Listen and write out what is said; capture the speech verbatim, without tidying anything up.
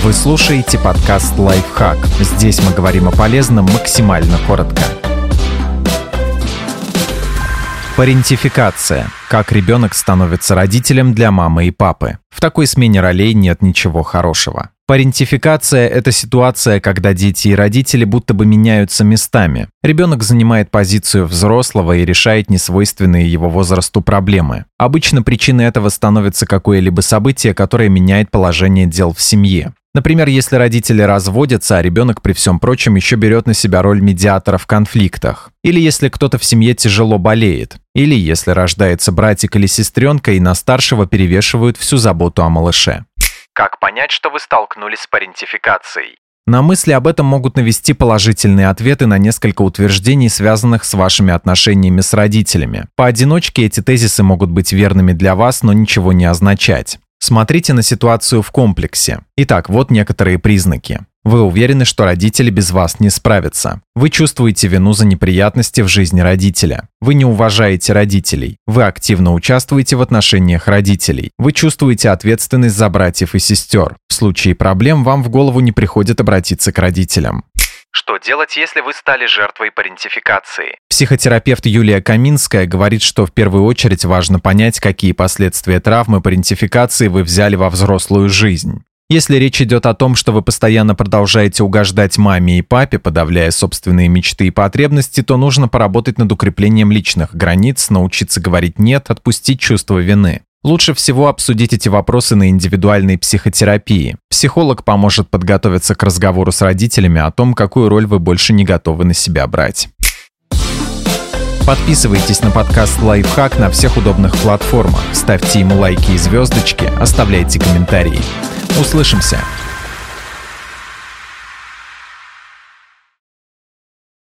Вы слушаете подкаст «Лайфхак». Здесь мы говорим о полезном максимально коротко. Парентификация. Как ребенок становится родителем для мамы и папы. В такой смене ролей нет ничего хорошего. Парентификация – это ситуация, когда дети и родители будто бы меняются местами. Ребенок занимает позицию взрослого и решает несвойственные его возрасту проблемы. Обычно причиной этого становится какое-либо событие, которое меняет положение дел в семье. Например, если родители разводятся, а ребенок при всем прочем еще берет на себя роль медиатора в конфликтах. Или если кто-то в семье тяжело болеет. Или если рождается братик или сестренка, и на старшего перевешивают всю заботу о малыше. Как понять, что вы столкнулись с парентификацией? На мысли об этом могут навести положительные ответы на несколько утверждений, связанных с вашими отношениями с родителями. Поодиночке эти тезисы могут быть верными для вас, но ничего не означать. Смотрите на ситуацию в комплексе. Итак, вот некоторые признаки. Вы уверены, что родители без вас не справятся. Вы чувствуете вину за неприятности в жизни родителя. Вы не уважаете родителей. Вы активно участвуете в отношениях родителей. Вы чувствуете ответственность за братьев и сестер. В случае проблем вам в голову не приходит обратиться к родителям. Что делать, если вы стали жертвой парентификации? Психотерапевт Юлия Каминская говорит, что в первую очередь важно понять, какие последствия травмы парентификации вы взяли во взрослую жизнь. Если речь идет о том, что вы постоянно продолжаете угождать маме и папе, подавляя собственные мечты и потребности, то нужно поработать над укреплением личных границ, научиться говорить «нет», отпустить чувство вины. Лучше всего обсудить эти вопросы на индивидуальной психотерапии. Психолог поможет подготовиться к разговору с родителями о том, какую роль вы больше не готовы на себя брать. Подписывайтесь на подкаст «Лайфхак» на всех удобных платформах, ставьте ему лайки и звездочки, оставляйте комментарии. Услышимся!